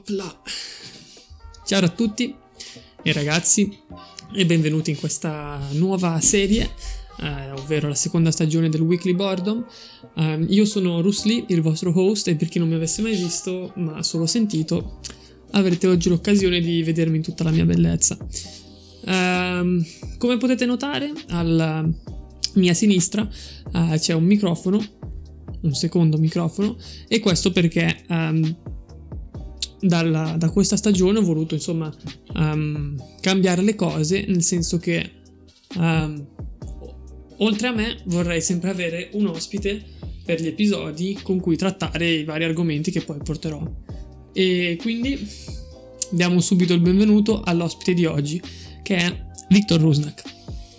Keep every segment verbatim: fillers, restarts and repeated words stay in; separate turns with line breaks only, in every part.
Opla. Ciao a tutti e ragazzi e benvenuti in questa nuova serie, eh, ovvero la seconda stagione del Weekly Boredom. Eh, io sono Rusli, il vostro host, e per chi non mi avesse mai visto ma solo sentito, avrete oggi l'occasione di vedermi in tutta la mia bellezza. Eh, come potete notare, alla mia sinistra eh, c'è un microfono, un secondo microfono, e questo perché um, dalla, da questa stagione ho voluto insomma um, cambiare le cose, nel senso che um, oltre a me vorrei sempre avere un ospite per gli episodi con cui trattare i vari argomenti che poi porterò, e quindi diamo subito il benvenuto all'ospite di oggi, che è Viktor Rusnak.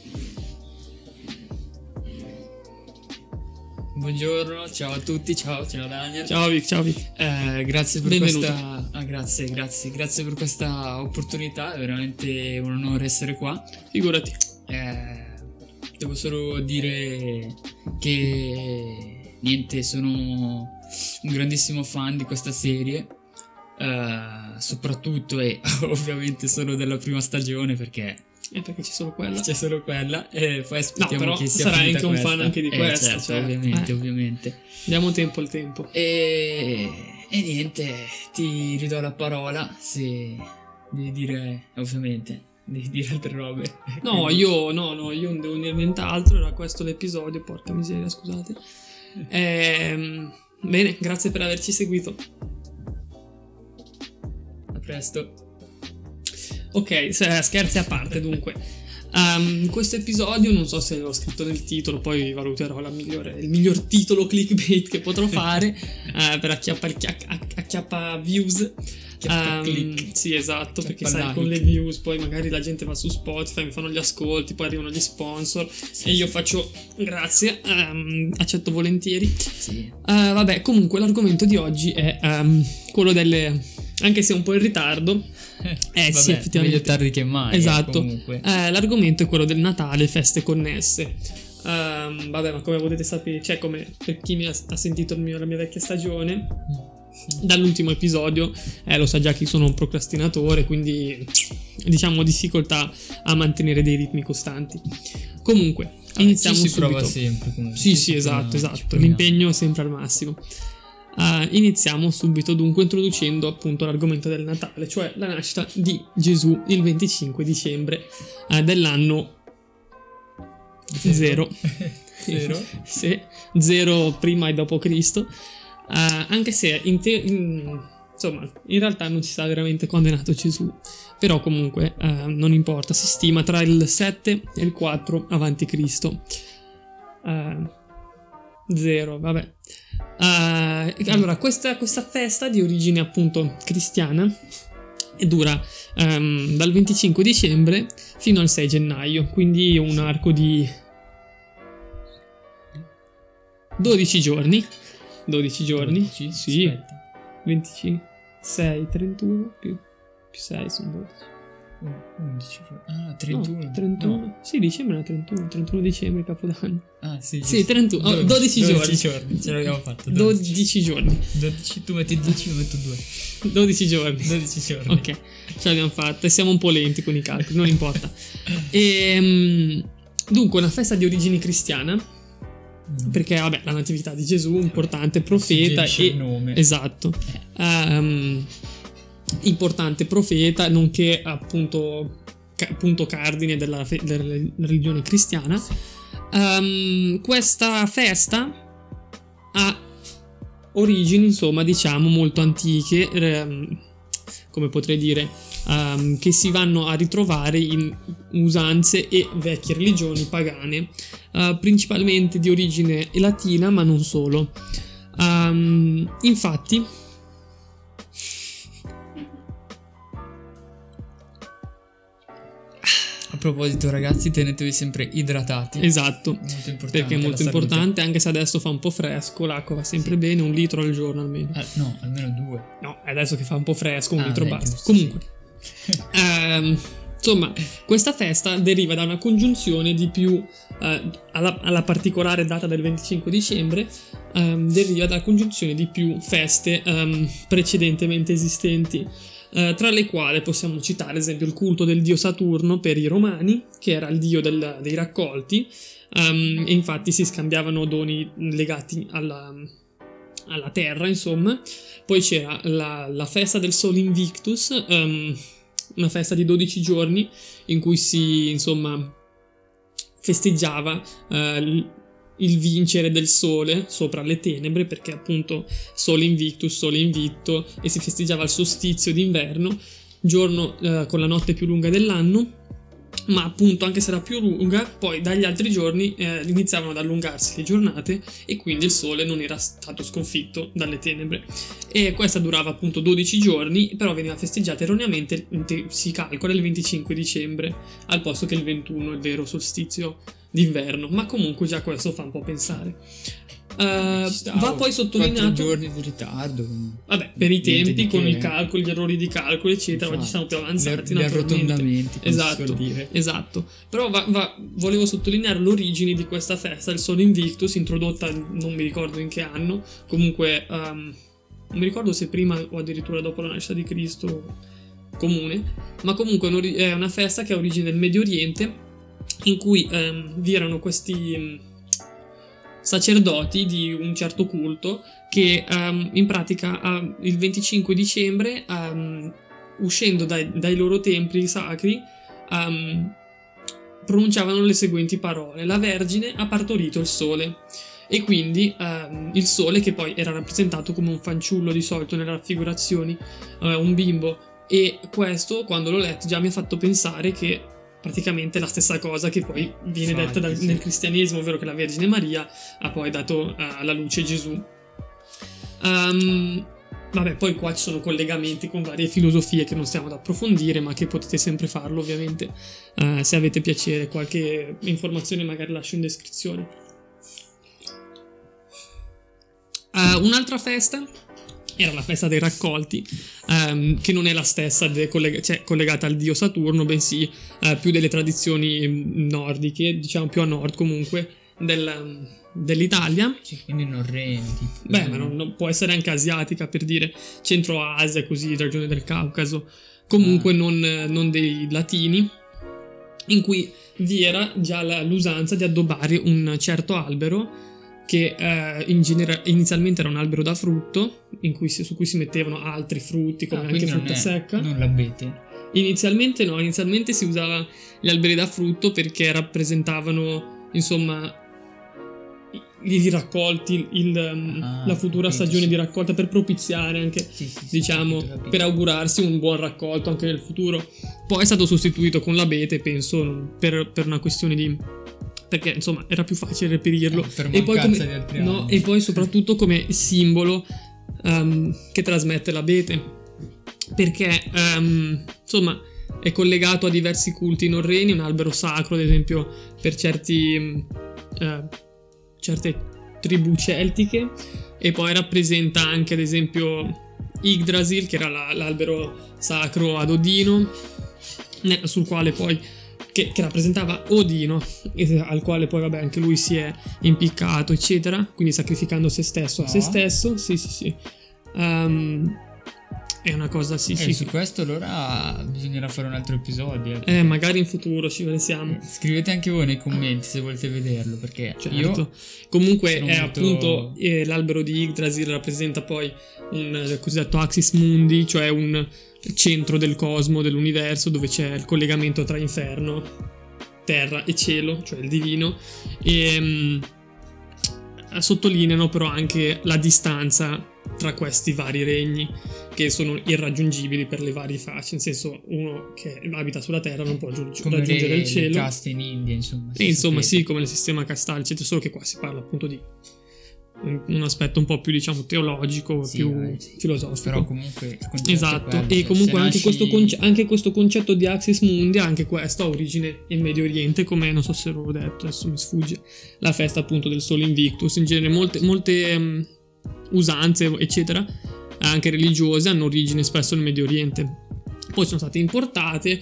Buongiorno, ciao a tutti, ciao, ciao Daniel.
Ciao Vic, ciao Vic.
Eh, grazie per
Benvenuto.
questa ah, grazie, grazie, grazie per questa opportunità, è veramente un onore essere qua.
Figurati.
Eh, devo solo dire che niente, sono un grandissimo fan di questa serie. Eh, soprattutto e ovviamente solo della prima stagione, perché
E perché c'è solo quella.
c'è solo quella, e poi aspettiamo
No, però
che sia
sarai
finita
anche un
questa.
fan anche di
Eh,
questa,
certo,
cioè,
ovviamente,
eh.
ovviamente.
Diamo tempo al tempo.
E, e niente, ti ridò la parola se devi dire, ovviamente, devi dire altre robe.
No, io no, no, io non devo dire nient'altro, era questo l'episodio, porca miseria, scusate. Ehm, bene, grazie per averci seguito.
A presto.
Ok, se- scherzi a parte, dunque. Um, questo episodio, non so se l'ho scritto nel titolo, poi valuterò la migliore, il miglior titolo clickbait che potrò fare uh, per acchiappa, acchiappa views.
Acchiappa
Um,
click.
sì, esatto, perché
Acchiappa
sai, con
like.
le views poi magari la gente va su Spotify, mi fanno gli ascolti, poi arrivano gli sponsor,
Sì,
e io
sì.
faccio grazie, um, accetto volentieri.
Sì.
Uh, vabbè, comunque l'argomento di oggi è um, quello delle... anche se un po' in ritardo. Eh
Vabbè,
sì, effettivamente.
meglio tardi che mai.
Esatto.
eh, comunque.
Eh, l'argomento è quello del Natale, feste connesse. Ehm, vabbè, ma come potete sapere, cioè come per chi mi ha, ha sentito il mio, la mia vecchia stagione, dall'ultimo episodio, eh, lo sa già che sono un procrastinatore, quindi diciamo ho difficoltà a mantenere dei ritmi costanti. Comunque,
Vabbè,
iniziamo
ci si
subito.
prova sempre comunque.
Sì,
Ci
sì,
si
esatto,
prova, ci
esatto.
proviamo.
L'impegno è sempre al massimo. Uh, iniziamo subito dunque introducendo appunto l'argomento del Natale, cioè la nascita di Gesù il venticinque dicembre uh, dell'anno zero.
Zero.
Sì, zero prima e dopo Cristo. Uh, anche se in te- in- insomma in realtà non si sa veramente quando è nato Gesù, però comunque uh, non importa, si stima tra il sette e il quattro avanti Cristo. Uh, zero, vabbè. Uh, allora, questa, questa festa di origine appunto cristiana e dura um, dal venticinque dicembre fino al sei gennaio, quindi un arco di dodici giorni. dodici giorni,
dodici?
sì.
Aspetta.
venticinque, sei, trentuno più, più sei sono dodici.
undici. Ah, trentuno.
No, trentuno.
No.
Sì, dicembre è trentuno, trentuno dicembre, Capodanno.
Ah, sì.
Sì,
giusto.
trentuno, oh, dodici giorni.
giorni. Ce l'abbiamo fatta.
dodici giorni.
dodici. Tu metti dieci, io metto due.
dodici giorni.
dodici giorni.
Ok, ce l'abbiamo fatta e siamo un po' lenti con i calcoli, non importa. E, dunque, una festa di origine cristiana,
Mm.
perché vabbè, la natività di Gesù, importante profeta
Suggerisce
e
il nome.
esatto. Ehm, importante profeta, nonché appunto ca- punto cardine della, fe- della religione cristiana. Ehm, questa festa ha origini, insomma, diciamo molto antiche, ehm, come potrei dire, ehm, che si vanno a ritrovare in usanze e vecchie religioni pagane, eh, principalmente di origine latina, ma non solo. Ehm, infatti,
A proposito, ragazzi, tenetevi sempre idratati.
esatto,
Molto importante.
perché è
la
molto
salute.
importante, anche se adesso fa un po' fresco, l'acqua va sempre
Sì.
bene, un litro al giorno almeno.
Ah, no, almeno due.
No, è adesso che fa un po' fresco, un
Ah,
litro
beh,
basta.
giusto,
Comunque, ehm, Insomma, questa festa deriva da una congiunzione di più, eh, alla, alla particolare data del venticinque dicembre, ehm, deriva dalla congiunzione di più feste ehm, precedentemente esistenti, eh, tra le quali possiamo citare ad esempio il culto del dio Saturno per i Romani, che era il dio del, dei raccolti, ehm, e infatti si scambiavano doni legati alla, alla terra, insomma. Poi c'era la, la festa del Sol Invictus, ehm, una festa di dodici giorni in cui si, insomma, festeggiava eh, il vincere del sole sopra le tenebre, perché appunto Sole Invictus, Sole Invitto, e si festeggiava il solstizio d'inverno, giorno eh, con la notte più lunga dell'anno, ma appunto anche se era più lunga, poi dagli altri giorni eh, iniziavano ad allungarsi le giornate e quindi il sole non era stato sconfitto dalle tenebre, e questa durava appunto dodici giorni, però veniva festeggiata erroneamente, si calcola, il venticinque dicembre al posto che il ventuno, il vero solstizio d'inverno, ma comunque già questo fa un po' pensare. Uh, va poi sottolineato
quattro giorni di ritardo,
vabbè, per i tempi, con i calcoli, gli errori di calcolo eccetera. Infatti, oggi siamo più avanzati,
gli arrotondamenti,
esatto,
dire.
esatto. Però va, va, volevo sottolineare l'origine di questa festa, il Sole Invictus, introdotta non mi ricordo in che anno, comunque um, non mi ricordo se prima o addirittura dopo la nascita di Cristo comune, ma comunque è una festa che ha origine nel Medio Oriente, in cui um, vi erano questi sacerdoti di un certo culto che um, in pratica uh, il venticinque dicembre, um, uscendo dai, dai loro templi sacri, um, pronunciavano le seguenti parole: la Vergine ha partorito il sole. E quindi um, il sole, che poi era rappresentato come un fanciullo di solito nelle raffigurazioni, uh, un bimbo, e questo quando l'ho letto già mi ha fatto pensare che praticamente la stessa cosa che poi viene
Infatti,
detta dal,
sì.
nel cristianesimo, ovvero che la Vergine Maria ha poi dato uh, alla luce Gesù. Um, vabbè, poi qua ci sono collegamenti con varie filosofie che non stiamo ad approfondire, ma che potete sempre farlo ovviamente. Uh, se avete piacere, qualche informazione magari lascio in descrizione. Uh, un'altra festa era la festa dei raccolti, um, che non è la stessa de- collega- cioè, collegata al dio Saturno, bensì uh, più delle tradizioni nordiche, diciamo più a nord comunque, del, dell'Italia.
Sì, quindi norreni. Tipo.
Beh, ma non, non può essere anche asiatica, per dire Centro Asia, così, regione del Caucaso, comunque ah. non, non dei latini, in cui vi era già la, l'usanza di addobbare un certo albero che eh, in genera- inizialmente era un albero da frutto, in cui si, su cui si mettevano altri frutti, come
ah,
anche frutta
non è,
secca.
Non l'abete?
Inizialmente no, inizialmente si usava gli alberi da frutto perché rappresentavano, insomma, i, i raccolti, il, ah, la futura capito, stagione sì. di raccolta, per propiziare anche, sì, sì, diciamo, capito, capito. per augurarsi un buon raccolto anche nel futuro. Poi è stato sostituito con l'abete, penso, per, per una questione di... perché insomma era più facile reperirlo,
eh, per
e, poi come,
di altri
no, e poi soprattutto come simbolo um, che trasmette l'abete, perché um, insomma è collegato a diversi culti norreni, un albero sacro ad esempio per certi uh, certe tribù celtiche, e poi rappresenta anche ad esempio Yggdrasil, che era la, l'albero sacro ad Odino, sul quale poi Che, che rappresentava Odino, al quale poi vabbè anche lui si è impiccato eccetera, quindi sacrificando se stesso no. a se stesso. Sì sì sì um, è una cosa sì
eh,
sì
su questo allora bisognerà fare un altro episodio
eh magari in futuro ci pensiamo.
Eh, scrivete anche voi nei commenti se volete vederlo, perché
certo.
io
comunque è
molto...
appunto eh, l'albero di Yggdrasil rappresenta poi un eh, cosiddetto Axis Mundi, cioè un centro del cosmo, dell'universo, dove c'è il collegamento tra inferno, terra e cielo, cioè il divino, e mh, sottolineano però anche la distanza tra questi vari regni, che sono irraggiungibili per le varie facce, nel senso uno che abita sulla terra non può giu-
come
raggiungere
le,
il cielo,
le caste in India, insomma,
e insomma sì, come il sistema castale eccetera, solo che qua si parla appunto di un aspetto un po' più diciamo teologico, sì, più eh, sì. filosofico,
però comunque il concetto
esatto,
quello,
e comunque anche,
nasci...
questo conce- anche questo concetto di Axis Mundi, anche questo ha origine in Medio Oriente, come non so se l'ho detto, adesso mi sfugge, la festa appunto del Sole Invictus. In genere molte, molte um, usanze eccetera anche religiose hanno origine spesso nel Medio Oriente, poi sono state importate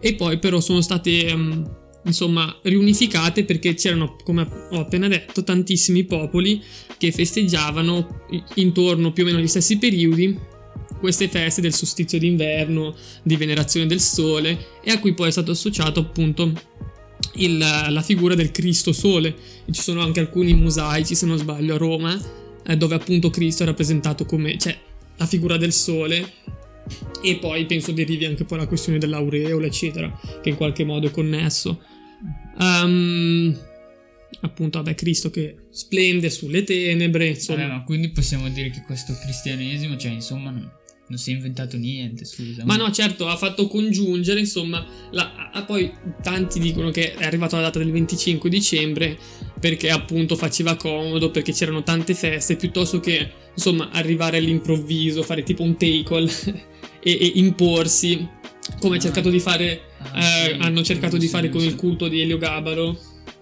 e poi però sono state um, insomma riunificate perché c'erano, come ho appena detto, tantissimi popoli che festeggiavano intorno più o meno agli stessi periodi queste feste del solstizio d'inverno, di venerazione del sole, e a cui poi è stato associato appunto il, la figura del Cristo Sole. E ci sono anche alcuni mosaici, se non sbaglio, a Roma, eh, dove appunto Cristo è rappresentato come, cioè, la figura del sole. E poi penso derivi anche poi la questione dell'aureola, eccetera, che in qualche modo è connesso. Um, appunto, vabbè, Cristo che splende sulle tenebre, insomma.
Vabbè, ma quindi possiamo dire che questo cristianesimo, cioè, insomma, non, non si è inventato niente, scusa.
Ma no, certo, ha fatto congiungere, insomma, la, a, poi tanti dicono che è arrivata la data del venticinque dicembre perché appunto faceva comodo, perché c'erano tante feste, piuttosto che, insomma, arrivare all'improvviso, fare tipo un take-all e, e imporsi, come ah, cercato di fare, ah, eh, sì, hanno cercato sì, di fare sì, con sì. il culto di Eliogabalo,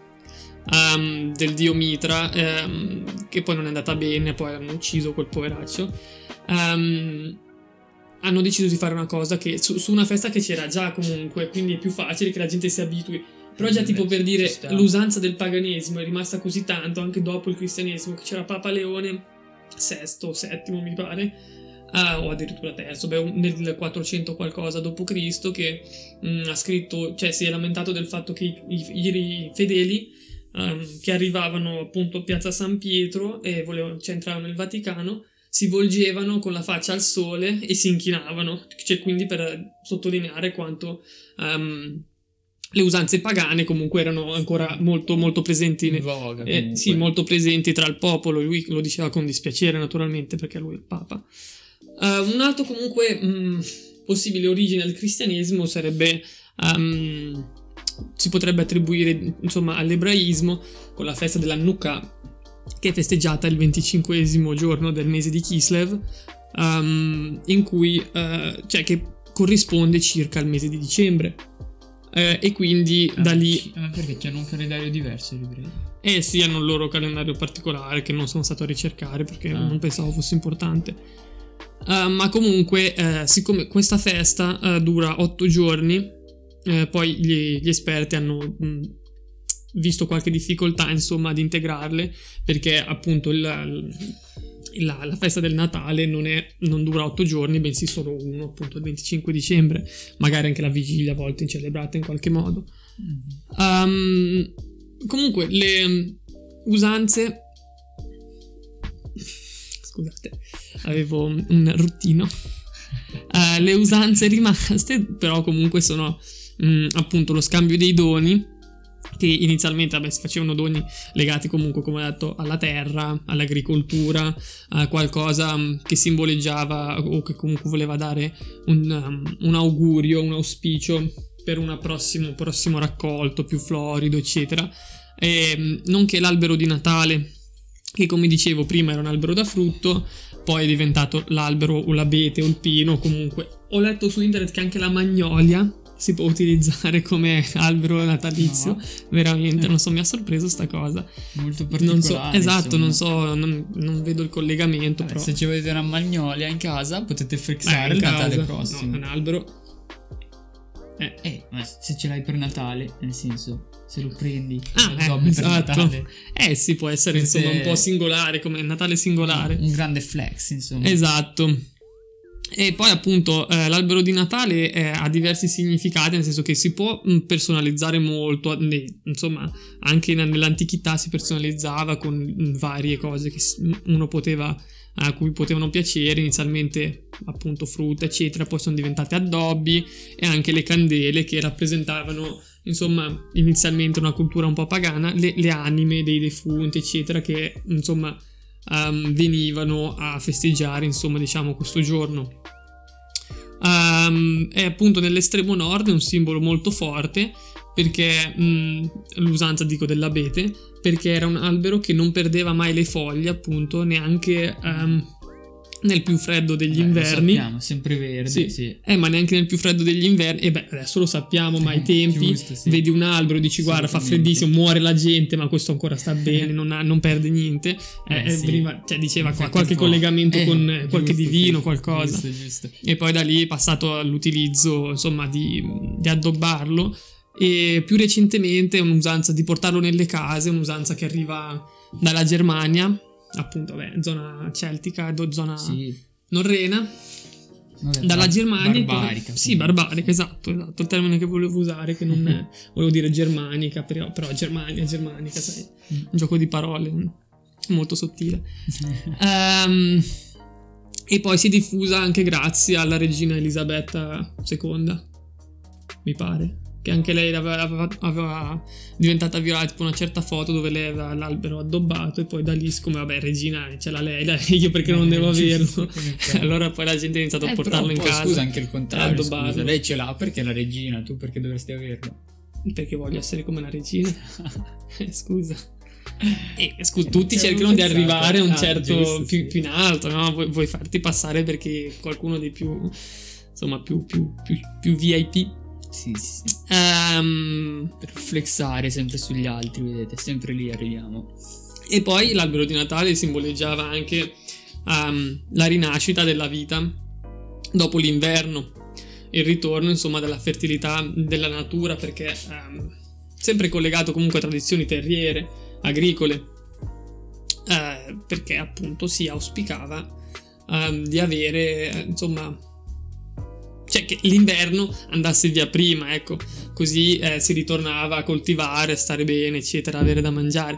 um, del dio Mitra, um, che poi non è andata bene, poi hanno ucciso quel poveraccio. Um, hanno deciso di fare una cosa che su, su una festa che c'era già comunque, quindi è più facile che la gente si abitui. Però già tipo per dire l'usanza del paganesimo è rimasta così tanto anche dopo il cristianesimo, che c'era Papa Leone sesto o settimo mi pare, uh, o addirittura terzo, beh, nel quattrocento qualcosa dopo Cristo, che mh, ha scritto, cioè si è lamentato del fatto che i, i, i fedeli um, che arrivavano appunto a Piazza San Pietro e volevano, cioè entravano nel Vaticano, si volgevano con la faccia al sole e si inchinavano, cioè quindi per sottolineare quanto um, le usanze pagane comunque erano ancora molto molto presenti
in voga,
eh, sì, molto presenti tra il popolo. Lui lo diceva con dispiacere naturalmente perché lui è il Papa. Uh, un altro comunque mh, possibile origine del cristianesimo sarebbe um, si potrebbe attribuire insomma all'ebraismo, con la festa dell'Hanukkah, che è festeggiata il venticinquesimo giorno del mese di Kislev, um, in cui uh, cioè che corrisponde circa al mese di dicembre. Eh, e quindi ah, da lì
ma perché hanno un calendario diverso gli ebrei?
Eh sì, hanno il loro calendario particolare che non sono stato a ricercare perché ah. non pensavo fosse importante. Uh, ma comunque uh, siccome questa festa uh, dura otto giorni, uh, poi gli, gli esperti hanno mh, visto qualche difficoltà insomma ad integrarle, perché appunto il, il, la, la festa del Natale non, è, non dura otto giorni, bensì solo uno, appunto il venticinque dicembre, magari anche la vigilia a volte celebrata in qualche modo. Mm-hmm. Um, comunque le usanze, scusate, avevo un ruttino. Uh, le usanze rimaste però comunque sono mh, appunto lo scambio dei doni, che inizialmente vabbè, si facevano doni legati comunque, come ho detto, alla terra, all'agricoltura, a qualcosa che simboleggiava o che comunque voleva dare un, um, un augurio, un auspicio per un prossimo, prossimo raccolto più florido, eccetera. E, nonché l'albero di Natale, che come dicevo prima era un albero da frutto, poi è diventato l'albero o l'abete o il pino. Comunque ho letto su internet che anche la magnolia si può utilizzare come albero natalizio, no. Veramente, non so, mi ha sorpreso sta cosa.
Molto particolare.
Non so, esatto, insomma. non so, non, non vedo il collegamento.
Vabbè,
però.
Se ci avete una magnolia in casa potete flexare il Natale casa. prossimo.
No, un albero.
Eh. eh, ma se ce l'hai per Natale, nel senso, se lo prendi,
ah,
lo eh, esatto. per Natale.
Eh sì, può essere potete... insomma un po' singolare, come Natale singolare.
Un grande flex, insomma.
Esatto. E poi appunto eh, l'albero di Natale eh, ha diversi significati, nel senso che si può mh, personalizzare molto, ne, insomma anche nell'antichità si personalizzava con mh, varie cose che uno poteva, a cui potevano piacere, inizialmente appunto frutta eccetera, poi sono diventate addobbi, e anche le candele che rappresentavano insomma inizialmente una cultura un po' pagana, le, le anime dei defunti eccetera, che insomma Um, venivano a festeggiare insomma diciamo questo giorno. Um, è appunto nell'estremo nord, è un simbolo molto forte perché mh, l'usanza dico dell'abete, perché era un albero che non perdeva mai le foglie, appunto neanche um, nel più freddo degli
Beh,
inverni.
Lo sappiamo, sempre verde,
sì.
sì.
Eh, ma neanche nel più freddo degli inverni. E beh, adesso lo sappiamo, ma ai tempi
Giusto, sì.
vedi un albero, dici guarda, fa freddissimo, muore la gente, ma questo ancora sta bene, non, ha, non perde niente. Eh,
Eh, sì.
Prima, cioè, diceva qua,
Infatti
qualche
un po'.
collegamento
Eh,
con
giusto,
qualche divino,
sì.
qualcosa.
Giusto, giusto.
E poi da lì è passato all'utilizzo, insomma, di, di addobbarlo. E più recentemente è un'usanza di portarlo nelle case, un'usanza che arriva dalla Germania, appunto, beh, zona celtica, zona
Sì.
norrena.
Vabbè,
Dalla
bar-
Germania
barbarica,
poi, sì, barbarica, esatto, esatto, il termine che volevo usare, che non è, volevo dire germanica, però, però Germania, germanica, sai, un gioco di parole molto sottile. um, e poi si è diffusa anche grazie alla regina Elisabetta seconda, mi pare, che anche lei aveva, aveva, aveva diventata virale tipo una certa foto dove lei aveva l'albero addobbato, e poi da lì, siccome vabbè regina ce l'ha lei, dai, io perché non devo averlo, allora poi la gente ha iniziato a
Eh,
portarlo
però
in
poi,
casa,
scusa, anche il contrario,
addobbarlo.
scusa, lei ce l'ha perché è la regina, tu perché dovresti averlo?
Perché voglio essere come la regina. Eh, scusa. E scusa, tutti
Ci
cercano
avevo
di
pensato.
arrivare a un
Ah,
certo
giusto,
più,
sì.
più in alto, no? Vuoi, vuoi farti passare perché qualcuno dei più, insomma, più, più, più, più V I P.
Sì, sì, sì.
Ehm,
Per flexare sempre sugli altri, vedete, sempre lì arriviamo.
e poi l'albero di Natale simboleggiava anche ehm, la rinascita della vita dopo l'inverno, il ritorno, insomma, della fertilità della natura, perché ehm, sempre collegato comunque a tradizioni terriere, agricole, eh, perché appunto si auspicava ehm, di avere, eh, insomma, cioè che l'inverno andasse via prima, ecco, così eh, si ritornava a coltivare, a stare bene, eccetera, avere da mangiare.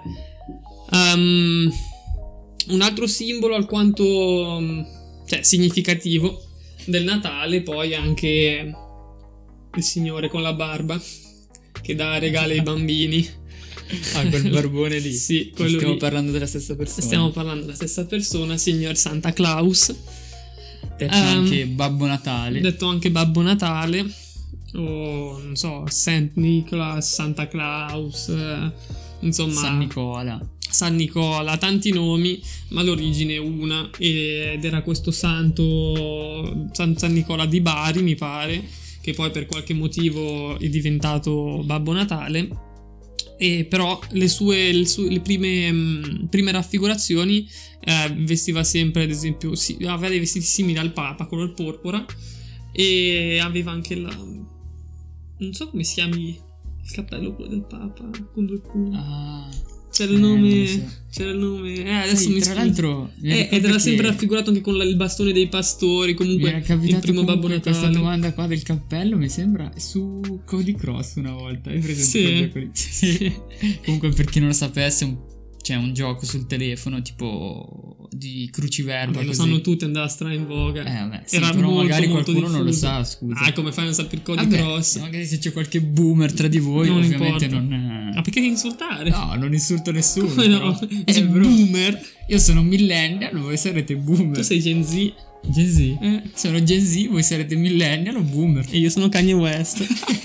Um, un altro simbolo alquanto, cioè, significativo del Natale, poi anche il signore con la barba che dà regali ai bambini.
Ah, quel barbone lì.
Sì, quello
Stiamo
lì.
parlando della stessa persona.
Stiamo parlando della stessa persona, signor Santa Claus.
Detto
Um,
anche Babbo Natale.
Detto anche Babbo Natale, o non so, Saint Nicholas, Santa Claus, eh, insomma,
San Nicola.
San Nicola, tanti nomi, ma l'origine è una, ed era questo santo San, San Nicola di Bari, mi pare, che poi per qualche motivo è diventato Babbo Natale. E però le sue, le, sue, le prime, mh, prime raffigurazioni eh, vestiva sempre, ad esempio, si, aveva dei vestiti simili al Papa, color porpora, e aveva anche la, non so come si chiami il cappello quello del Papa con due punti.
Ah,
C'era il
eh,
nome,
non so.
c'era il nome, eh, adesso
Sai,
mi
tra
sfugge.
l'altro mi
Eh,
ricordo
ed era
che
sempre raffigurato anche con la- il bastone dei pastori,
mi
comunque
era capitato
il primo Babbo
comunque
Natale.
questa domanda qua del cappello, mi sembra, su Cody Cross una volta. Hai presente
Sì.
quel gioco lì? Sì. Comunque, per chi non lo sapesse, un- c'è un gioco sul telefono tipo di cruciverba.
Vabbè, lo
così.
sanno tutti, andava stra in voga.
Eh, vabbè, sì,
Era
però
molto,
magari
molto
qualcuno non lo
diffuso.
sa, scusa.
Ah, come fai a non sapere il Cody
Vabbè,
Cross?
magari se c'è qualche boomer tra di voi,
Non
ovviamente
importa.
non.
Ma perché insultare?
No, non insulto nessuno.
Come no?
però-
Dici
Eh, bro,
boomer?
io sono millennial, voi sarete boomer.
Tu sei Gen Z
Gen Z.
eh,
Sono Gen Z, voi sarete millennial o boomer.
e io sono Kanye West.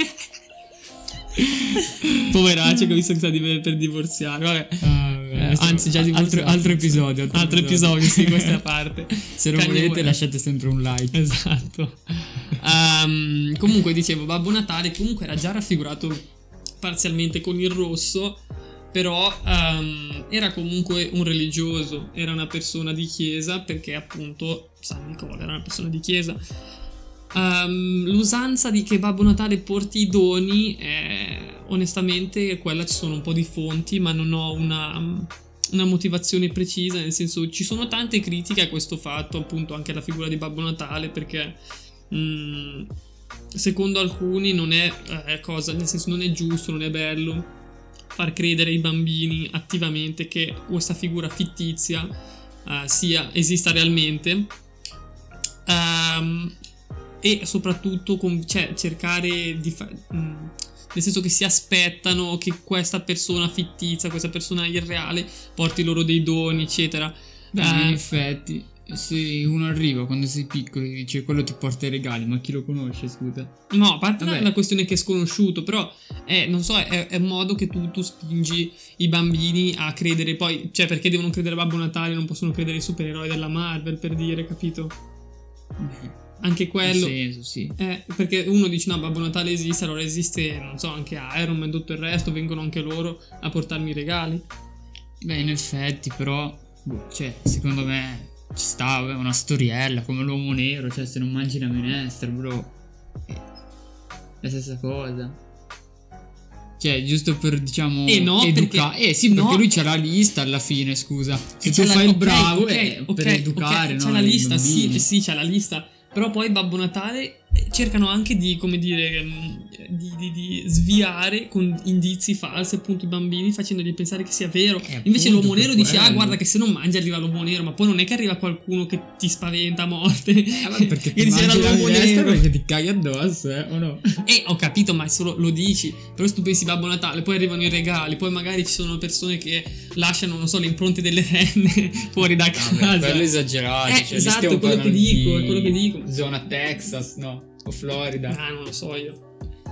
Poveraccio che ho visto che sta di- per divorziare. Vabbè.
Ah, vabbè,
Eh, anzi, già
altro,
divorziato.
altro episodio. Altro,
Altro episodio, sì, questa è a parte.
Se non
Kanye
volete,
West.
lasciate sempre un like.
Esatto. Ehm, comunque dicevo, Babbo Natale comunque era già raffigurato parzialmente con il rosso, però ehm, era comunque un religioso, era una persona di chiesa, perché appunto San Nicola era una persona di chiesa. Ehm, l'usanza di che Babbo Natale porti i doni è, onestamente, quella, ci sono un po' di fonti, ma non ho una, una motivazione precisa, nel senso, ci sono tante critiche a questo fatto, appunto anche alla figura di Babbo Natale, perché mh, secondo alcuni non è eh, cosa, nel senso, non è giusto, non è bello far credere ai bambini attivamente che questa figura fittizia eh, sia, esista realmente. Um, e soprattutto con, cioè, cercare di fare, nel senso che si aspettano che questa persona fittizia, questa persona irreale porti loro dei doni, eccetera.
Beh,
Eh,
in effetti, Se uno arriva quando sei piccolo e dice quello ti porta i regali, ma chi lo conosce, scusa?
No, a parte
Vabbè.
la questione che è sconosciuto, però è, non so, è, è un modo che tu, tu spingi i bambini a credere poi, cioè perché devono credere a Babbo Natale, non possono credere ai supereroi della Marvel, per dire, capito?
Beh,
Anche quello.
ha senso, sì.
Eh, perché uno dice no, Babbo Natale esiste, allora esiste, non so, anche Iron Man, tutto il resto, vengono anche loro a portarmi i regali.
Beh, in effetti, però, boh, cioè, secondo me ci sta, vabbè, una storiella come l'uomo nero, cioè se non mangi la minestra, bro, è la stessa cosa. Cioè, giusto per, diciamo,
Eh no,
educare.
perché-
Eh sì, perché
no.
lui c'ha la lista alla fine, scusa. Se
E
tu
c'è la-
fai il
ok,
bravo
ok,
è
ok,
per
ok,
educare, no?
c'è la
i
lista, sì,
bambini.
sì, c'è la lista. Però poi Babbo Natale eh, cercano anche di, come dire, mm, di, di- di sviare con indizi falsi appunto i bambini, facendogli pensare che sia vero.
Eh,
Invece
appunto,
l'uomo
per
nero dice, ah
quello.
guarda che se non mangi arriva l'uomo nero, ma poi non è che arriva qualcuno che ti spaventa a morte.
Eh, vabbè, perché
che
ti
dice, era
mangi la
l'uomo
minestra
nero.
perché ti caghi addosso, eh, o no?
Eh, ho capito, ma solo lo dici. Però se tu pensi Babbo Natale, poi arrivano i regali, poi magari ci sono persone che lasciano, non so, le impronte delle renne fuori da casa.
Vabbè, quello esagerato.
Eh,
cioè, lì
esatto,
stiamo
è quello che
parlando
dico,
di
è quello che dico.
Zona Texas, no? O Florida.
Ah, non lo so io.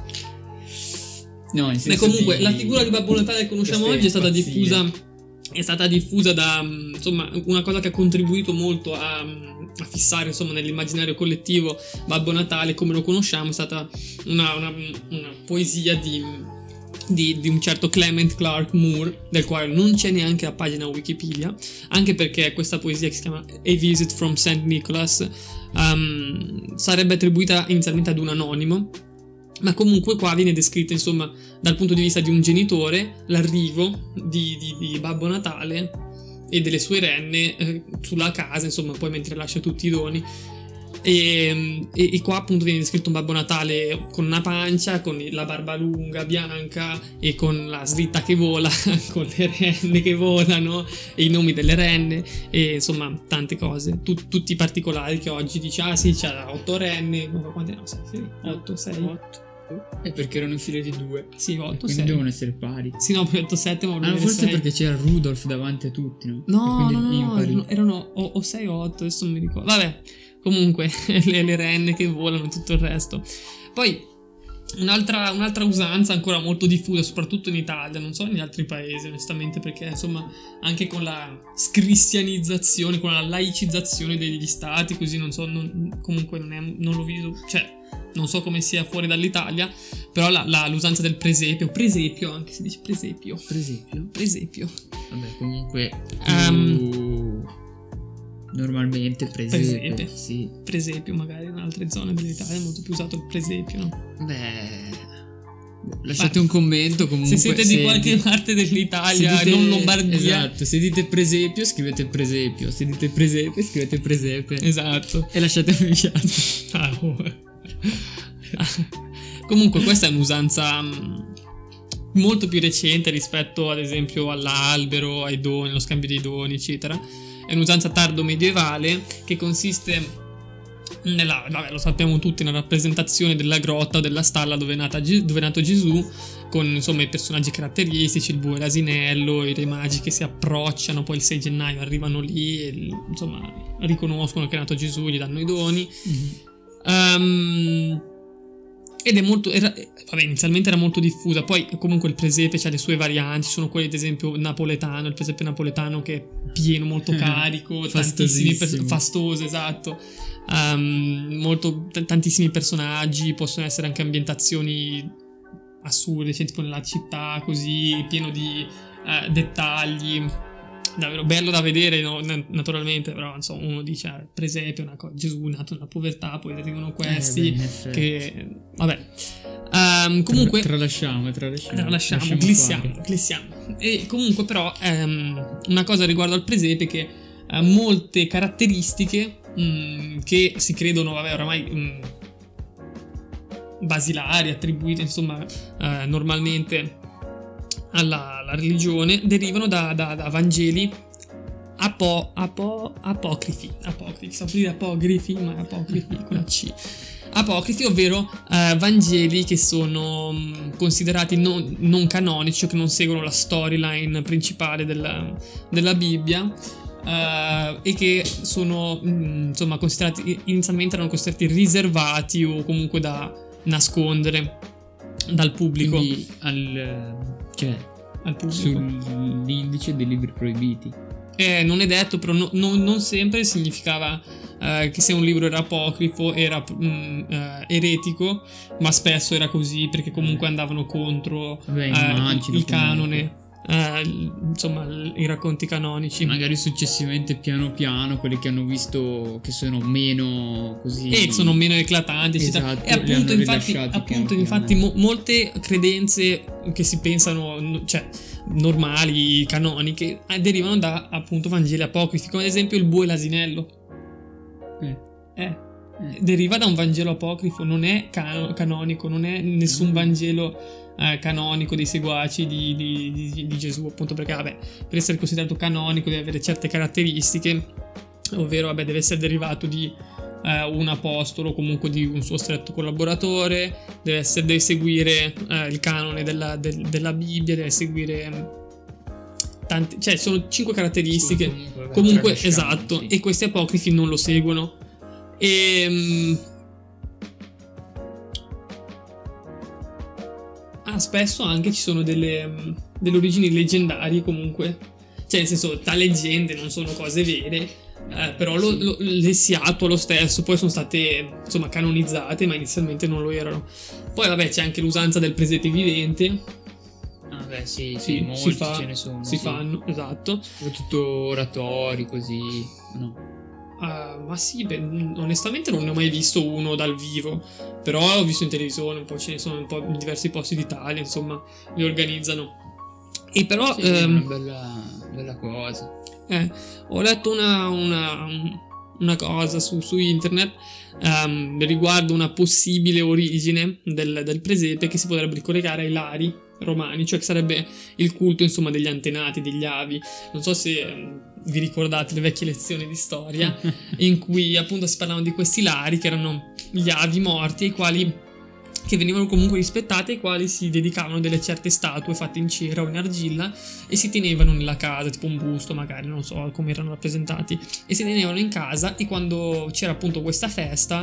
No, in
Beh,
senso
comunque,
di-
la figura di Babbo Natale che conosciamo
queste
oggi è stata
pazzie.
diffusa. È stata diffusa da, mm, insomma, una cosa che ha contribuito molto a, mm, a fissare, insomma, nell'immaginario collettivo Babbo Natale come lo conosciamo. È stata una, una- una poesia di, di, di un certo Clement Clark Moore, del quale non c'è neanche la pagina Wikipedia, anche perché questa poesia, che si chiama A Visit from Saint Nicholas, um, sarebbe attribuita inizialmente ad un anonimo. Ma comunque qua viene descritta, insomma, dal punto di vista di un genitore, l'arrivo di, di- di Babbo Natale e delle sue renne eh, sulla casa, insomma, poi mentre lascia tutti i doni. E, e- e qua appunto viene descritto un Babbo Natale con una pancia, con la barba lunga, bianca e con la slitta che vola, con le renne che volano e i nomi delle renne e insomma tante cose, Tu- tutti i particolari che oggi dice ah sì c'ha otto renne, quante no, otto, sei,
È perché erano in file di due.
sì, otto,
Quindi
sei.
devono essere pari.
Sì, no, poi otto, sette, ma
Ah,
volevo
no,
dire
forse
sei.
perché c'era Rudolph davanti a tutti, no?
No,
E
no,
quindi
no, no,
impari.
erano, erano o, o sei o otto, adesso non mi ricordo. Vabbè, comunque, le, le renne che volano e tutto il resto. Poi, un'altra, un'altra usanza ancora molto diffusa, soprattutto in Italia, non so negli altri paesi, onestamente, perché insomma, anche con la scristianizzazione, con la laicizzazione degli stati, così, non so, non- comunque non, è, non l'ho visto, cioè... Non so come sia fuori dall'Italia, però la, la- l'usanza del presepio, presepio anche si dice presepio,
Per esempio.
presepio,
Vabbè, comunque.
Ehm.
tu- Normalmente presepe.
Presepe.
Sì.
presepio magari in altre zone dell'Italia è molto più usato il presepio, no?
Beh. Lasciate un commento comunque.
Se siete di qualche parte dell'Italia,
se dite-
non Lombardia.
Esatto, se dite presepio scrivete presepio, se dite presepe scrivete presepe.
Esatto.
E lasciate un mi piace.
Ah, oh. Comunque questa è un'usanza mh, molto più recente rispetto ad esempio all'albero, ai doni, allo scambio dei doni, eccetera. È un'usanza tardo medievale che consiste nella, vabbè, lo sappiamo tutti, nella rappresentazione della grotta o della stalla dove è, nata, Ge- dove è nato Gesù, con insomma i personaggi caratteristici, il bue e l'asinello, i re magi che si approcciano, poi il sei gennaio arrivano lì e insomma riconoscono che è nato Gesù, gli danno i doni. Um, ed è molto era, vabbè, inizialmente era molto diffusa, poi comunque il presepe ha le sue varianti, sono quelli ad esempio napoletano, il presepe napoletano che è pieno, molto carico, tantissimi per-
Fastosissimo.
fastoso, esatto. Um, molto, t- tantissimi personaggi, possono essere anche ambientazioni assurde, cioè tipo nella città così, pieno di eh, dettagli. Davvero bello da vedere, no? Na- naturalmente, però insomma uno dice ah, presepe, una cosa, Gesù è nato nella povertà, poi arrivano questi
Eh, beh, in effetti.
che vabbè. Ehm, comunque
Tra- tralasciamo, tralasciamo.
tralasciamo,
lasciamo
glissiamo,
fare.
glissiamo. E comunque però ehm, una cosa riguardo al presepe che ha molte caratteristiche mh, che si credono, vabbè, oramai mh, basilari, attribuite insomma eh, normalmente alla, alla religione, derivano da, da, da Vangeli apo, apo, apocrifi, apocrifi, stavo per dire apogrifi, ma è apocrifi con la C. Apocrifi, ovvero eh, Vangeli che sono mh, considerati non, non canonici o che non seguono la storyline principale della, della Bibbia, uh, e che sono mh, insomma considerati, inizialmente erano considerati riservati o comunque da nascondere dal pubblico.
Quindi al, cioè,
al pubblico.
Sull'indice dei libri proibiti.
Eh, non è detto, però no, no, non sempre significava uh, che se un libro era apocrifo era mm, uh, eretico, ma spesso era così perché comunque andavano contro
Beh,
uh, il canone, uh, insomma i racconti canonici.
Magari successivamente piano piano quelli che hanno visto che sono meno così
e sono meno eclatanti,
esatto,
e appunto infatti, appunto, infatti mo- molte credenze che si pensano, cioè normali, canoniche, derivano da appunto Vangeli apocrifi, come ad esempio il bue e l'asinello.
Eh.
Eh. Eh. Deriva da un Vangelo apocrifo, non è can- canonico, non è nessun Vangelo eh, canonico dei seguaci di, di, di, di Gesù, appunto perché vabbè, per essere considerato canonico deve avere certe caratteristiche, ovvero vabbè, deve essere derivato di eh, un apostolo, comunque di un suo stretto collaboratore, deve, essere, deve seguire eh, il canone della, del, della Bibbia, deve seguire tanti, cioè sono cinque caratteristiche, sì, comunque, comunque esatto, sì. E questi apocrifi non lo seguono. E um, ah, spesso anche ci sono delle, um, delle origini leggendarie, comunque, cioè nel senso, tra leggende non sono cose vere, eh, però lo, sì. lo, le si attua lo stesso, poi sono state insomma canonizzate, ma inizialmente non lo erano. Poi vabbè, c'è anche l'usanza del presepe vivente.
Ah beh sì, sì,
sì
molti
si fa,
ce ne sono,
si
sì.
fanno, esatto,
soprattutto oratori così, no?
Uh, ma sì, beh, onestamente non ne ho mai visto uno dal vivo, però ho visto in televisione, un po' ce ne sono un po' in diversi posti d'Italia, insomma, li organizzano. E però
sì,
um,
è una bella, bella cosa.
Eh, ho letto una, una, una cosa su, su internet um, riguardo una possibile origine del, del presepe che si potrebbe ricollegare ai lari romani, cioè che sarebbe il culto insomma degli antenati, degli avi. Non so se um, vi ricordate le vecchie lezioni di storia in cui appunto si parlavano di questi lari che erano gli avi morti ai quali che venivano comunque rispettati, ai quali si dedicavano delle certe statue fatte in cera o in argilla e si tenevano nella casa, tipo un busto magari, non so come erano rappresentati, e si tenevano in casa, e quando c'era appunto questa festa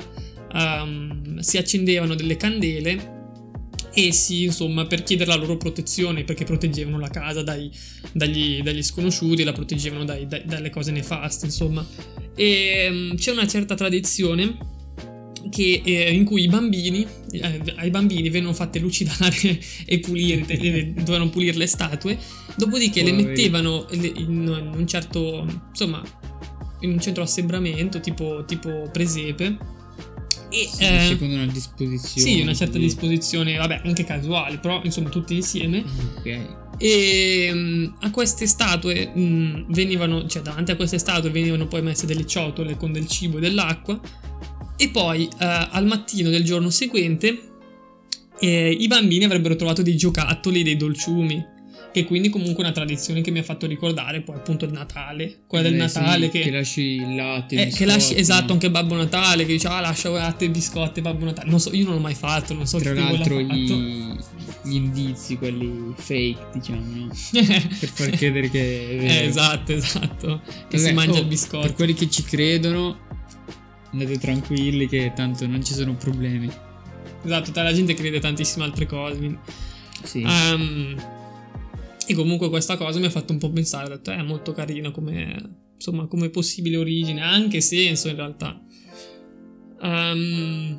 um, si accendevano delle candele e si, insomma, per chiedere la loro protezione, perché proteggevano la casa dai, dagli, dagli sconosciuti, la proteggevano dai, dai, dalle cose nefaste, insomma. E um, c'è una certa tradizione che, eh, in cui i bambini eh, ai bambini venivano fatte lucidare e pulire, le, dovevano pulire le statue, dopodiché Poi. le mettevano in, in un certo, insomma, in un centro assembramento tipo, tipo presepe, e
sì,
eh,
secondo una disposizione,
sì, una certa
quindi.
disposizione, vabbè, anche casuale, però insomma tutti insieme.
Ok.
E um, a queste statue um, venivano, cioè davanti a queste statue venivano poi messe delle ciotole con del cibo e dell'acqua. E poi uh, al mattino del giorno seguente eh, i bambini avrebbero trovato dei giocattoli, dei dolciumi, che quindi comunque è una tradizione che mi ha fatto ricordare poi appunto il Natale, quella del
Beh,
Natale,
sì,
che,
che lasci il latte,
eh,
biscotti,
che lasci, esatto,
no?
anche Babbo Natale che dice ah lascia latte, biscotti, Babbo Natale, non so, io non l'ho mai fatto, non so
tra
chi
l'altro
l'ha
gli, gli indizi, quelli fake, diciamo, no? Per far credere che è vero.
Eh, esatto, esatto, che
Vabbè,
si mangia
oh,
il biscotto.
Per quelli che ci credono, andate tranquilli che tanto non ci sono problemi.
Esatto, la gente crede tantissime altre cose, quindi.
Sì.
Um, e comunque questa cosa mi ha fatto un po' pensare, ho detto è molto carino come, insomma, come possibile origine, ha anche senso in realtà. Um,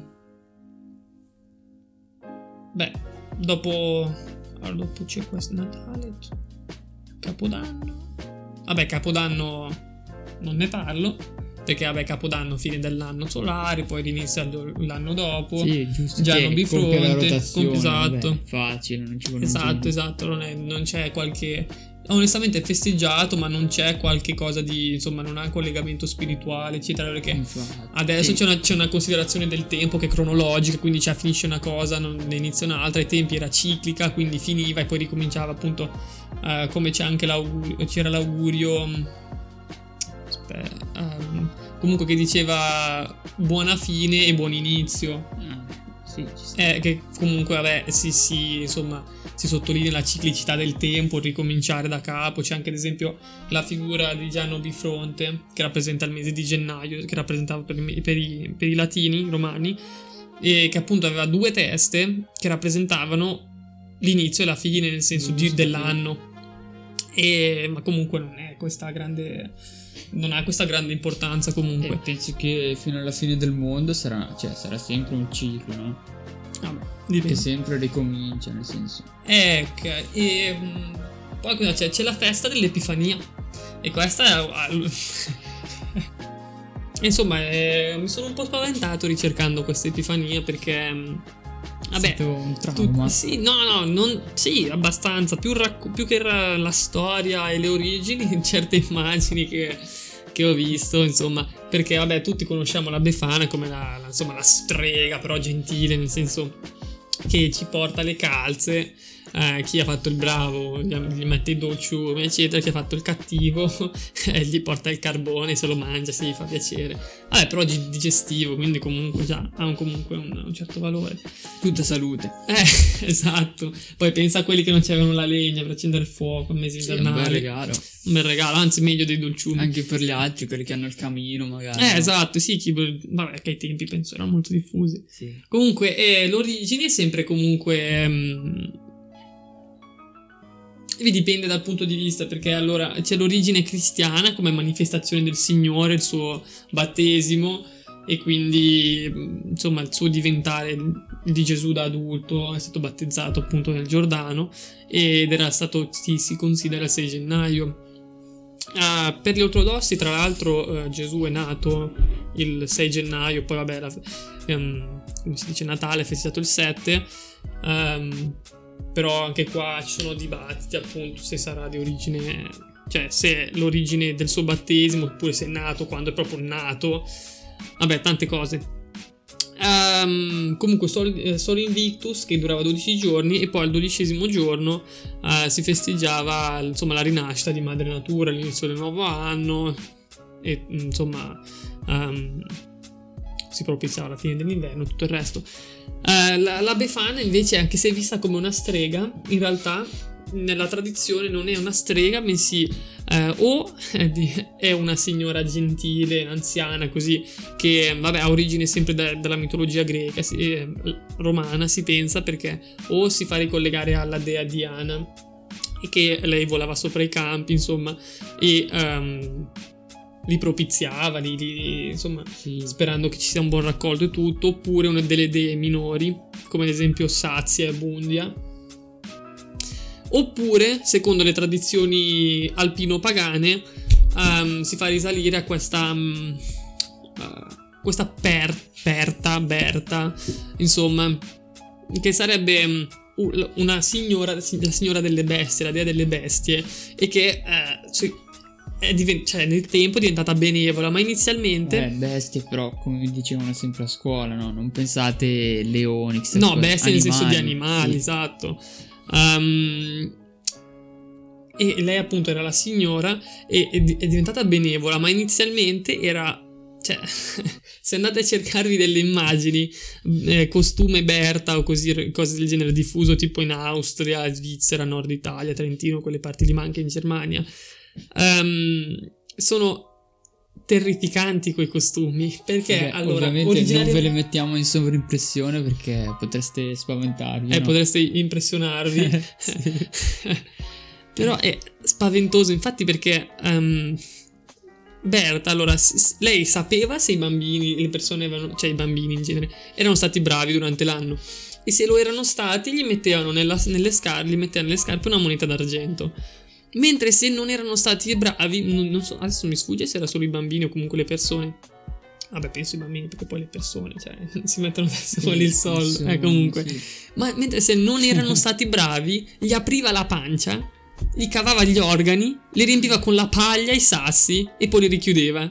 beh, dopo allora, dopo c'è questo Natale, Capodanno. Vabbè, Capodanno non ne parlo, perché vabbè, Capodanno fine dell'anno solare, poi inizia l'anno dopo.
Sì, giusto.
Già non bifronte,
la rotazione,
esatto.
Vabbè, facile, non ci vuole
Esatto,
niente.
esatto, non, è, non c'è qualche, onestamente è festeggiato, ma non c'è qualche cosa di, insomma, non ha un collegamento spirituale, eccetera, perché
Infatti,
adesso
sì.
c'è, una, c'è una considerazione del tempo che è cronologica, quindi cioè, finisce una cosa, non ne inizia un'altra, ai tempi era ciclica, quindi finiva e poi ricominciava, appunto, uh, come c'è anche l'augurio, c'era l'augurio Um, comunque che diceva buona fine e buon inizio,
ah, sì, ci sta.
eh, che comunque vabbè sì sì insomma si sottolinea la ciclicità del tempo, il ricominciare da capo. C'è anche ad esempio la figura di Giano Bifronte che rappresenta il mese di gennaio, che rappresentava per i, per i, per i latini, i romani, e che appunto aveva due teste che rappresentavano l'inizio e la fine, nel senso di, dell'anno. E, ma comunque non è questa grande non ha questa grande importanza comunque.
E penso che fino alla fine del mondo sarà, cioè, sarà sempre un ciclo, no?
Vabbè,
dipende. Che sempre ricomincia, nel senso.
Ecco, e mh, poi cosa c'è? C'è la festa dell'Epifania. E questa è... Insomma, è, mi sono un po' spaventato ricercando questa Epifania perché... Mh, vabbè,
è stato un trauma.
Tu, sì, no, no, non, sì, abbastanza. Più, racco- più che ra- la storia e le origini, certe immagini che, che ho visto, insomma, perché vabbè, tutti conosciamo la Befana come la, la, insomma, la strega, però gentile, nel senso che ci porta le calze. Eh, chi ha fatto il bravo gli, gli mette i dolciumi eccetera, chi ha fatto il cattivo eh, gli porta il carbone, se lo mangia, se gli fa piacere. Vabbè, però è digestivo, quindi comunque già ha un, comunque un, un certo valore.
Tutta salute.
Eh, esatto. Poi pensa a quelli che non c'avevano la legna per accendere il fuoco a mesi
sì,
invernali.
Un bel regalo.
Un bel regalo, anzi meglio dei dolciumi.
Anche per gli altri, quelli che hanno il camino magari.
Eh,
no?
Esatto, sì, chi, vabbè, che ai tempi penso erano molto diffusi.
Sì.
Comunque, eh, l'origine è sempre comunque... Um, vi dipende dal punto di vista, perché allora c'è l'origine cristiana come manifestazione del Signore, il suo battesimo e quindi insomma il suo diventare di Gesù da adulto. È stato battezzato appunto nel Giordano ed era stato, si, si considera il sei gennaio. Uh, per gli ortodossi tra l'altro uh, Gesù è nato il sei gennaio, poi vabbè la, um, come si dice, Natale è festeggiato il sette. um, Però anche qua ci sono dibattiti appunto se sarà di origine, cioè se l'origine del suo battesimo oppure se è nato quando è proprio nato. Vabbè, tante cose. Um, comunque Sol, eh, Sol Invictus, che durava dodici giorni, e poi al dodicesimo giorno uh, si festeggiava insomma la rinascita di Madre Natura, l'inizio del nuovo anno e insomma um, si propiziava la fine dell'inverno e tutto il resto. Uh, la, la Befana invece, anche se è vista come una strega, in realtà nella tradizione non è una strega, bensì uh, o è una signora gentile, anziana, così, che vabbè ha origine sempre da, dalla mitologia greca, si, eh, romana si pensa, perché o si fa ricollegare alla dea Diana, e che lei volava sopra i campi, insomma, e... Um, li propiziava, li, li, insomma, sì, sperando che ci sia un buon raccolto e tutto, oppure una delle dee minori, come ad esempio Sazia e Bundia, oppure, secondo le tradizioni alpino-pagane, um, si fa risalire a questa um, uh, questa per, Perta, Berta, insomma, che sarebbe um, una signora, la signora delle bestie, la dea delle bestie, e che uh, cioè, È divent- cioè nel tempo è diventata benevola, ma inizialmente
eh, bestie, però come vi dicevano sempre a scuola, no? Non pensate leoni,
no, bestie nel senso di
animali,
animali,
sì.
Esatto. Um, e lei appunto era la signora e è diventata benevola, ma inizialmente era, cioè se andate a cercarvi delle immagini, eh, costume Berta o così, cose del genere, diffuso tipo in Austria, Svizzera, Nord Italia, Trentino, quelle parti lì, ma anche in Germania. Um, sono terrificanti quei costumi, perché
Beh,
allora
ovviamente
originari...
non ve le mettiamo in sovrimpressione perché potreste spaventarvi,
eh
no?
potreste impressionarvi. Però è spaventoso, infatti, perché um, Berta, allora, s- lei sapeva se i bambini, le persone avevano, cioè i bambini in genere, erano stati bravi durante l'anno, e se lo erano stati gli mettevano nella, nelle scarpe, gli mettevano nelle scarpe una moneta d'argento. Mentre se non erano stati bravi, non, non so, adesso mi sfugge se era solo i bambini o comunque le persone. Vabbè, penso i bambini, perché poi le persone, cioè, si mettono da soli il soldo. Eh, comunque. Sì. Ma mentre se non erano stati bravi, gli apriva la pancia, gli cavava gli organi, li riempiva con la paglia, i sassi, e poi li richiudeva.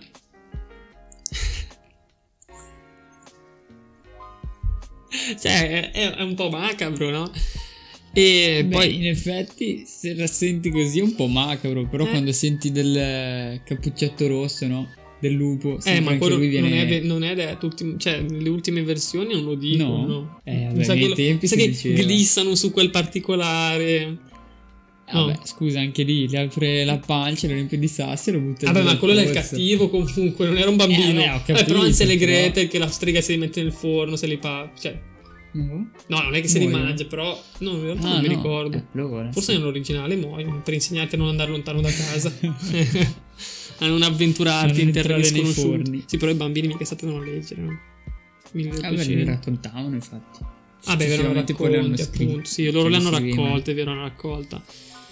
Cioè, è, è un po' macabro, no? E
Beh,
poi
in effetti se la senti così è un po' macabro, però eh. quando senti del cappuccetto rosso, no? del lupo.
Eh, ma
anche
quello
lui viene...
non, è, non è detto, ultim- cioè le ultime versioni non lo dicono.
No?
No.
Eh, vabbè,
Mi sa
nei
che,
tempi
mi sa
si
che
diceva.
glissano su quel particolare.
Vabbè,
No.
scusa, anche lì le apre la pancia, lo riempie di sassi e lo butta
Vabbè,
giù
ma
dal
quello è il
pozzo.
cattivo comunque, non era un bambino.
Eh, vabbè, ho
Eh, però
capito,
se le
però-
Gretel che la strega se li mette nel forno, se li pa... Cioè,
No?
no, non è che se li
Muoiono.
mangia, però... No, in realtà
Ah,
non mi
no.
ricordo.
Eh, allora,
Forse
sì.
nell'originale muoiono, per insegnarti a non andare lontano da casa. A non avventurarti
Non
in terreni
entrare nei
sconosciuti.
forni.
Sì, però i bambini mica sapevano leggere, no?
Vabbè, li
milleottocento.
raccontavano, infatti.
Ah, beh, erano
Successivamente poi li hanno
racconti,
scritti.
appunto. Sì, loro
Cioè,
le hanno
li scrivevano.
raccolte, è vero, hanno raccolta.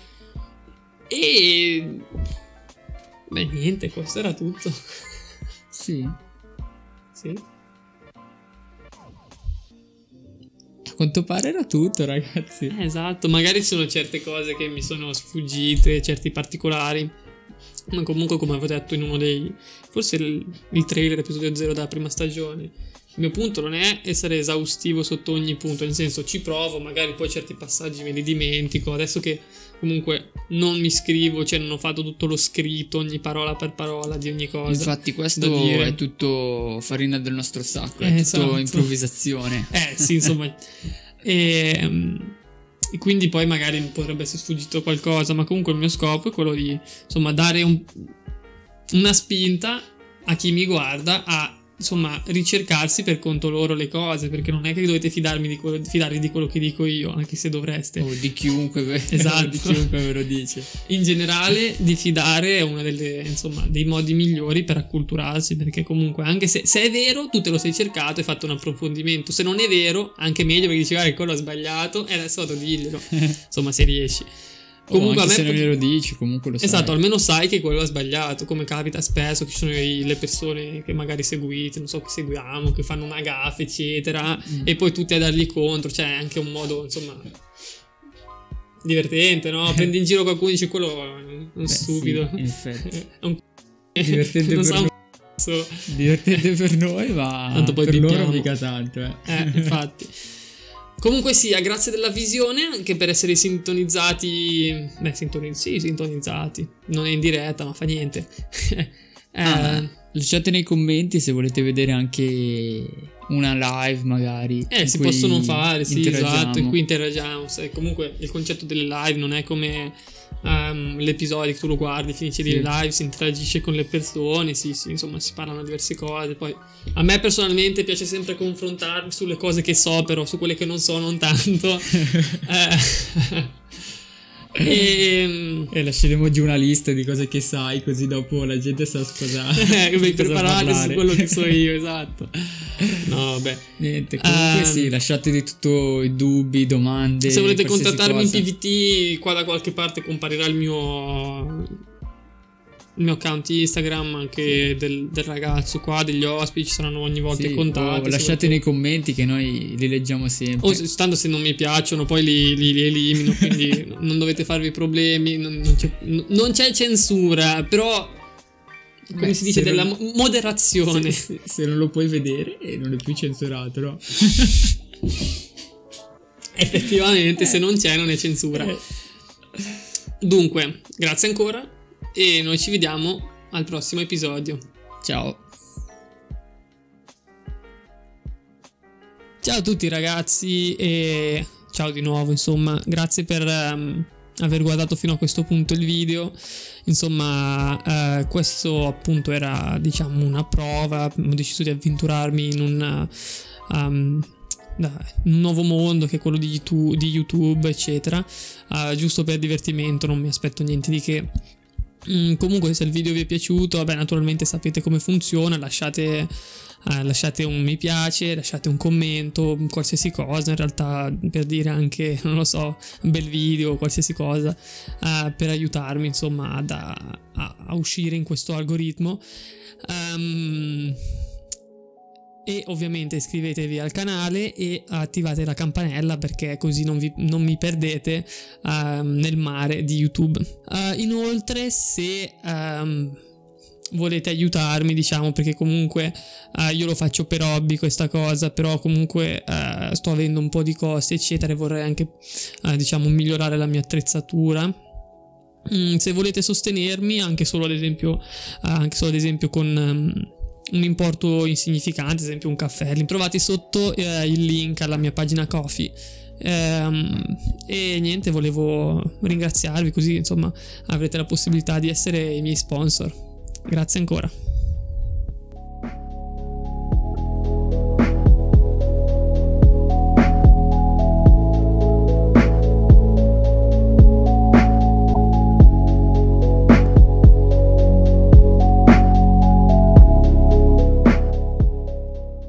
E... Beh, niente, questo era tutto.
Sì.
Sì.
A quanto pare era tutto, ragazzi.
Eh, esatto, magari ci sono certe cose che mi sono sfuggite, certi particolari. Ma comunque, come avevo detto in uno dei... Forse il, il trailer, episodio zero della prima stagione. Il mio punto non è essere esaustivo sotto ogni punto, nel senso ci provo, magari poi certi passaggi me li dimentico. Adesso che comunque non mi scrivo, cioè non ho fatto tutto lo scritto, ogni parola per parola di ogni cosa.
Infatti
da
questo
dire.
è tutto farina del nostro sacco,
Eh,
è tutto
esatto.
improvvisazione.
Eh sì, insomma. E, ehm, e quindi poi magari mi potrebbe essere sfuggito qualcosa, ma comunque il mio scopo è quello di, insomma, dare un- una spinta a chi mi guarda a, insomma, ricercarsi per conto loro le cose, perché non è che dovete fidarmi di quello, fidarvi di quello che dico io, anche se dovreste.
O di chiunque, ve-
Esatto.
di chiunque ve lo dice.
In generale, di fidare è uno delle, insomma, dei modi migliori per acculturarsi, perché comunque anche se, se è vero, tu te lo sei cercato e hai fatto un approfondimento. Se non è vero, anche meglio, perché dici, guarda che quello ha sbagliato e adesso vado a dirglielo. Insomma, se riesci.
Comunque,
Comunque a me
se non
pot-
glielo dici, comunque lo sai.
Esatto, almeno sai che quello ha sbagliato, come capita spesso che ci sono i- le persone che magari seguite, non so, che seguiamo, che fanno una gaffe, eccetera,
Mm.
e poi tutti a dargli contro, cioè è anche un modo, insomma, divertente, no? Prendi in giro qualcuno e dici quello è un
Beh,
stupido.
sì, in effetti.
È un
Divertente
non
per
sa un
noi.
cazzo.
Divertente per noi, ma
Tanto poi
per loro
bippiamo.
mica tanto, eh.
Eh, infatti. Comunque sia, grazie della visione, anche per essere sintonizzati. Beh, sintonizzati, sì, sintonizzati. Non è in diretta, ma fa niente. eh,
Ah, lasciate nei commenti se volete vedere anche una live magari.
Eh,
in
si
cui
possono fare, sì,
interagiamo.
esatto, in cui interagiamo. Se- comunque il concetto delle live non è come ehm, l'episodio che tu lo guardi, finisce di
Sì.
dire live, si interagisce con le persone, sì, sì, insomma, si parlano di diverse cose. Poi a me personalmente piace sempre confrontarmi sulle cose che so, però su quelle che non so non tanto. eh, e
E lasceremo giù una lista di cose che sai, così dopo la gente sa sposare.
eh, vi preparate su quello che so io, esatto. No, vabbè.
Niente, comunque
Ehm,
sì, lasciate tutto i dubbi, domande.
Se volete
qualsiasi
contattarmi
cosa.
in P V T, qua da qualche parte comparirà il mio il mio account Instagram, anche del, del ragazzo qua, degli ospiti, ci saranno ogni volta
Sì,
i contatti.
o
se
lasciate
volete-
nei commenti che noi li leggiamo sempre.
O se- stando se non mi piacciono poi li, li- li elimino, quindi non dovete farvi problemi, non, non c'è, non c'è censura, però come
Beh,
si dice
se
della
non-
mo- moderazione.
Se, se non lo puoi vedere eh, non è più censurato, no?
Effettivamente,
Eh.
se non c'è non è censura.
Eh.
Dunque, grazie ancora e noi ci vediamo al prossimo episodio.
Ciao.
Ciao a tutti ragazzi e ciao di nuovo, insomma, grazie per ehm, aver guardato fino a questo punto il video. Insomma, eh, questo appunto era, diciamo, una prova. Ho deciso di avventurarmi in un, um, da- un nuovo mondo che è quello di YouTube, di YouTube eccetera, eh, giusto per divertimento, non mi aspetto niente di che. Mm, comunque, se il video vi è piaciuto, vabbè, naturalmente sapete come funziona, lasciate eh, lasciate un mi piace, lasciate un commento, qualsiasi cosa, in realtà, per dire anche, non lo so, un bel video, qualsiasi cosa, eh, per aiutarmi, insomma, ad- a, a- a uscire in questo algoritmo. Ehm, e ovviamente iscrivetevi al canale e attivate la campanella, perché così non, vi, non mi perdete ehm, nel mare di YouTube. Eh, inoltre, se ehm, volete aiutarmi, diciamo, perché comunque eh, io lo faccio per hobby questa cosa, però comunque eh, sto avendo un po' di costi eccetera, e vorrei anche eh, diciamo migliorare la mia attrezzatura. Mm, se volete sostenermi anche solo ad esempio, anche solo ad esempio con um, un importo insignificante, ad esempio un caffè, trovate sotto eh, il link alla mia pagina Ko-fi. Ehm, e niente, volevo ringraziarvi, così insomma avrete la possibilità di essere i miei sponsor. Grazie ancora.